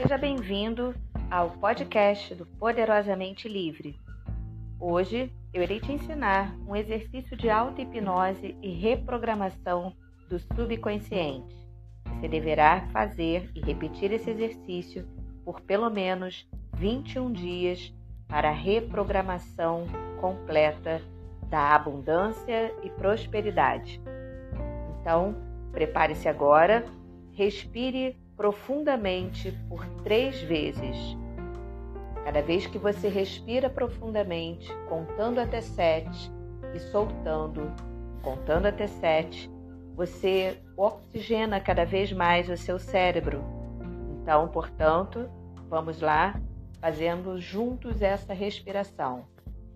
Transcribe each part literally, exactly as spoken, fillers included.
Seja bem-vindo ao podcast do Poderosamente Livre. Hoje eu irei te ensinar um exercício de auto-hipnose e reprogramação do subconsciente. Você deverá fazer e repetir esse exercício por pelo menos vinte e um dias para a reprogramação completa da abundância e prosperidade. Então, prepare-se agora, respire profundamente por três vezes. Cada vez que você respira profundamente, contando até sete e soltando, contando até sete, você oxigena cada vez mais o seu cérebro. Então, portanto, vamos lá, fazendo juntos essa respiração.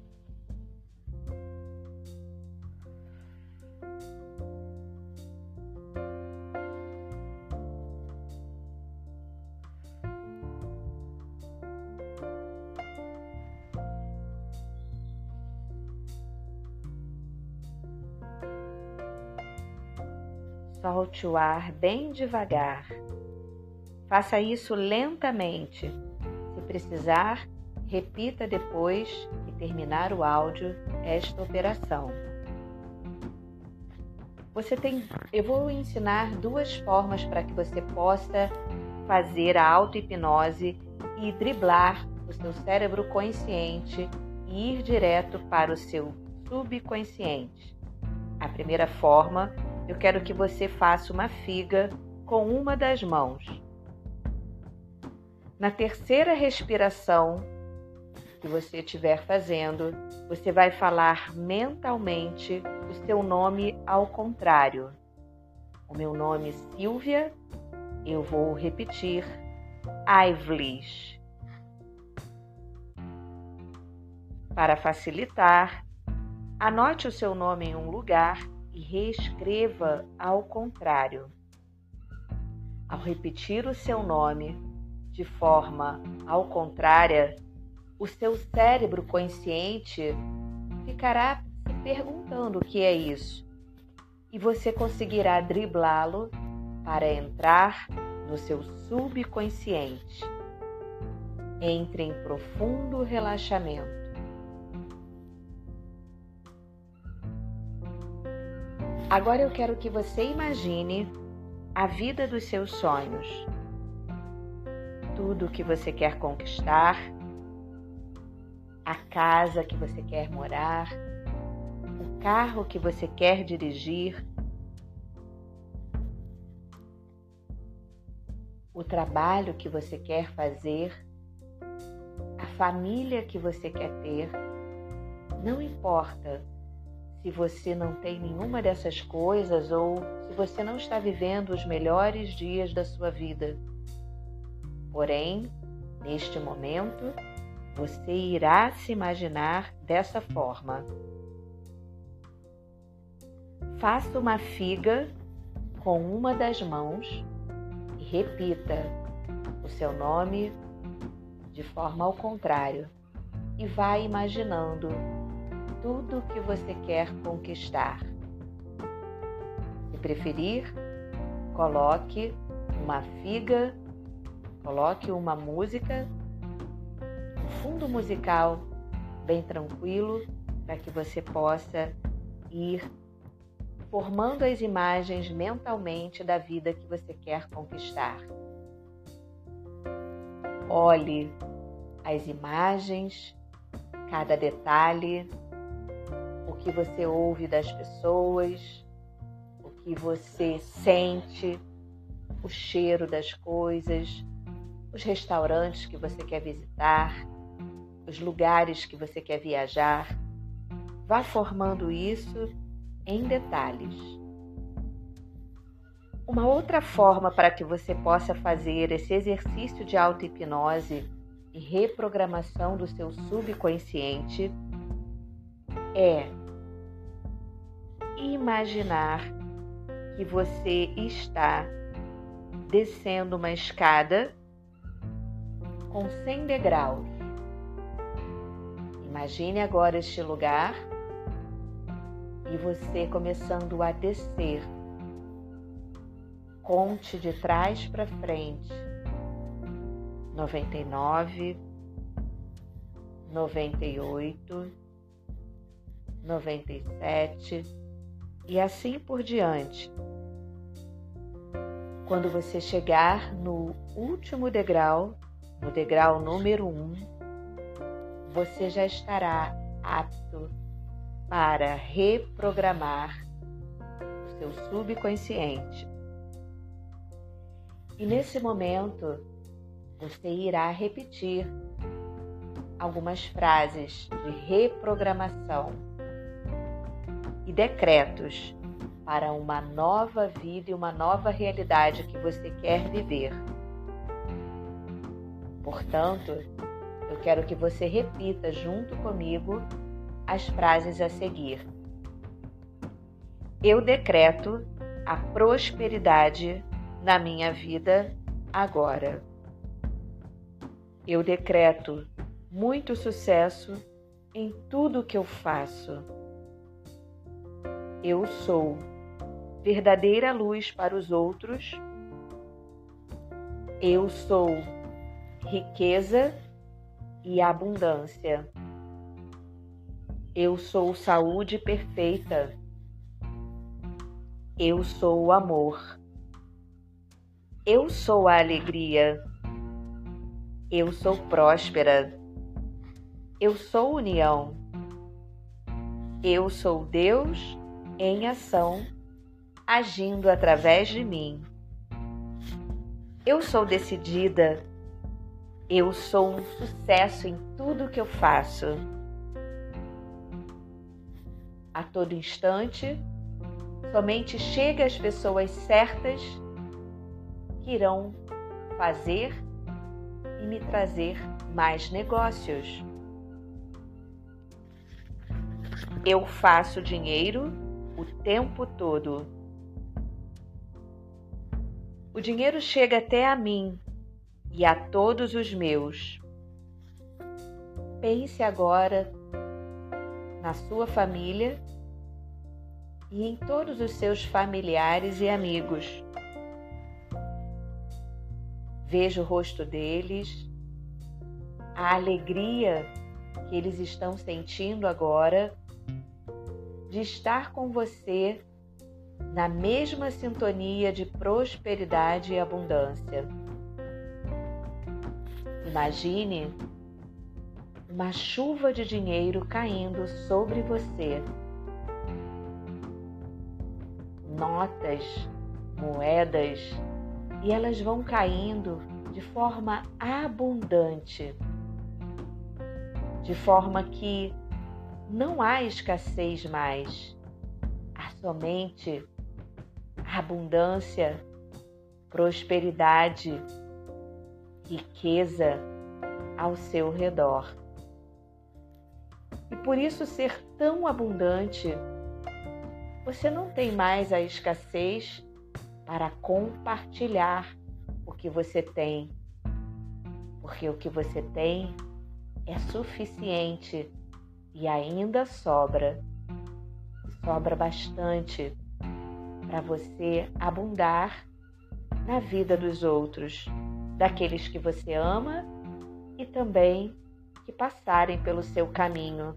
Solte o ar bem devagar. Faça isso lentamente. Se precisar, repita depois que terminar o áudio esta operação. Você tem, eu vou ensinar duas formas para que você possa fazer a auto-hipnose e driblar o seu cérebro consciente e ir direto para o seu subconsciente. A primeira forma, eu quero que você faça uma figa com uma das mãos. Na terceira respiração que você estiver fazendo, você vai falar mentalmente o seu nome ao contrário. O meu nome é Silvia, eu vou repetir Ivlis. Para facilitar, anote o seu nome em um lugar e reescreva ao contrário. Ao repetir o seu nome de forma ao contrária, o seu cérebro consciente ficará se perguntando o que é isso e você conseguirá driblá-lo para entrar no seu subconsciente. Entre em profundo relaxamento. Agora eu quero que você imagine a vida dos seus sonhos. Tudo o que você quer conquistar, a casa que você quer morar, o carro que você quer dirigir, o trabalho que você quer fazer, a família que você quer ter. Não importa se você não tem nenhuma dessas coisas ou se você não está vivendo os melhores dias da sua vida. Porém, neste momento, você irá se imaginar dessa forma. Faça uma figa com uma das mãos e repita o seu nome de forma ao contrário e vá imaginando tudo o que você quer conquistar. Se preferir, coloque uma figa, coloque uma música, um fundo musical bem tranquilo, para que você possa ir formando as imagens mentalmente da vida que você quer conquistar. Olhe as imagens, cada detalhe, o que você ouve das pessoas, o que você sente, o cheiro das coisas, os restaurantes que você quer visitar, os lugares que você quer viajar. Vá formando isso em detalhes. Uma outra forma para que você possa fazer esse exercício de auto-hipnose e reprogramação do seu subconsciente é imaginar que você está descendo uma escada com cem degraus. Imagine agora este lugar e você começando a descer. Conte de trás para frente. noventa e nove, noventa e oito, noventa e sete e assim por diante. Quando você chegar no último degrau, no degrau número um, você já estará apto para reprogramar o seu subconsciente. E nesse momento, você irá repetir algumas frases de reprogramação e decretos para uma nova vida e uma nova realidade que você quer viver. Portanto, eu quero que você repita junto comigo as frases a seguir. Eu decreto a prosperidade na minha vida agora. Eu decreto muito sucesso em tudo que eu faço. Eu sou verdadeira luz para os outros. Eu sou riqueza e abundância. Eu sou saúde perfeita. Eu sou o amor. Eu sou a alegria. Eu sou próspera. Eu sou união. Eu sou Deus em ação, agindo através de mim. Eu sou decidida. Eu sou um sucesso em tudo que eu faço. A todo instante, somente chega às pessoas certas que irão fazer e me trazer mais negócios. Eu faço dinheiro o tempo todo. O dinheiro chega até a mim e a todos os meus. Pense agora na sua família e em todos os seus familiares e amigos. Veja o rosto deles, a alegria que eles estão sentindo agora de estar com você na mesma sintonia de prosperidade e abundância. Imagine uma chuva de dinheiro caindo sobre você. Notas, moedas, e elas vão caindo de forma abundante, de forma que não há escassez mais, há somente abundância, prosperidade, riqueza ao seu redor. E por isso ser tão abundante, você não tem mais a escassez para compartilhar o que você tem, porque o que você tem é suficiente e ainda sobra, sobra bastante para você abundar na vida dos outros, daqueles que você ama e também que passarem pelo seu caminho.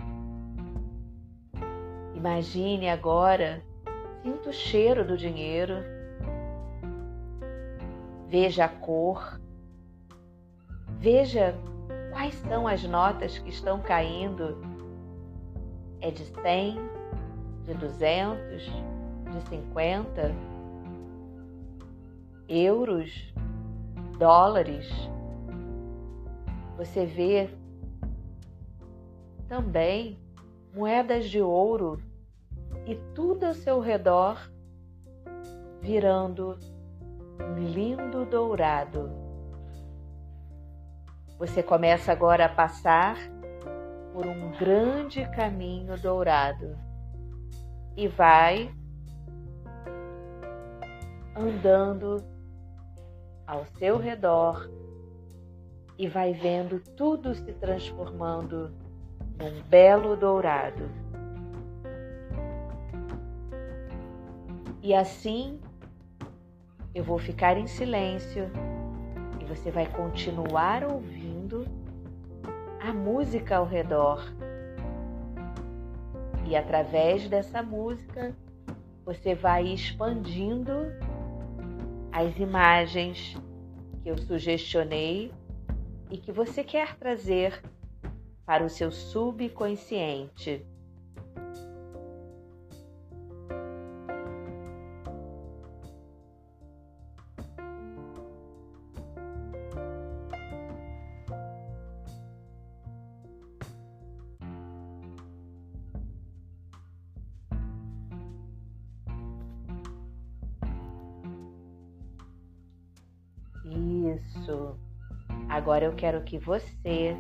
Imagine agora, sinta o cheiro do dinheiro, veja a cor, veja quais são as notas que estão caindo. É de cem, de duzentos, de cinquenta, euros, dólares. Você vê também moedas de ouro e tudo ao seu redor virando um lindo dourado. Você começa agora a passar por um grande caminho dourado e vai andando ao seu redor e vai vendo tudo se transformando num belo dourado. E assim eu vou ficar em silêncio E você vai continuar ouvindo a música ao redor. E através dessa música, você vai expandindo as imagens que eu sugestionei e que você quer trazer para o seu subconsciente. Isso. Agora eu quero que você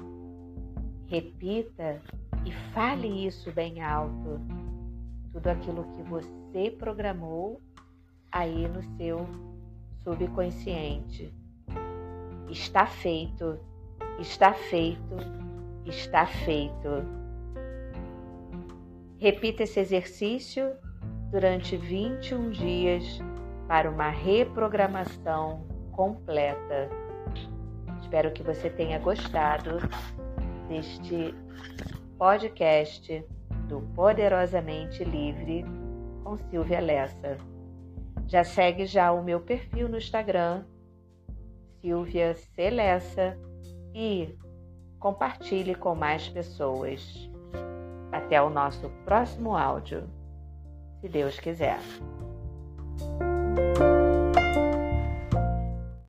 repita e fale isso bem alto. Tudo aquilo que você programou aí no seu subconsciente. Está feito, está feito, está feito. Repita esse exercício durante vinte e um dias para uma reprogramação completa. Espero que você tenha gostado deste podcast do Poderosamente Livre com Silvia Lessa. Já segue já o meu perfil no Instagram, Silvia C. Lessa, e compartilhe com mais pessoas. Até o nosso próximo áudio, se Deus quiser.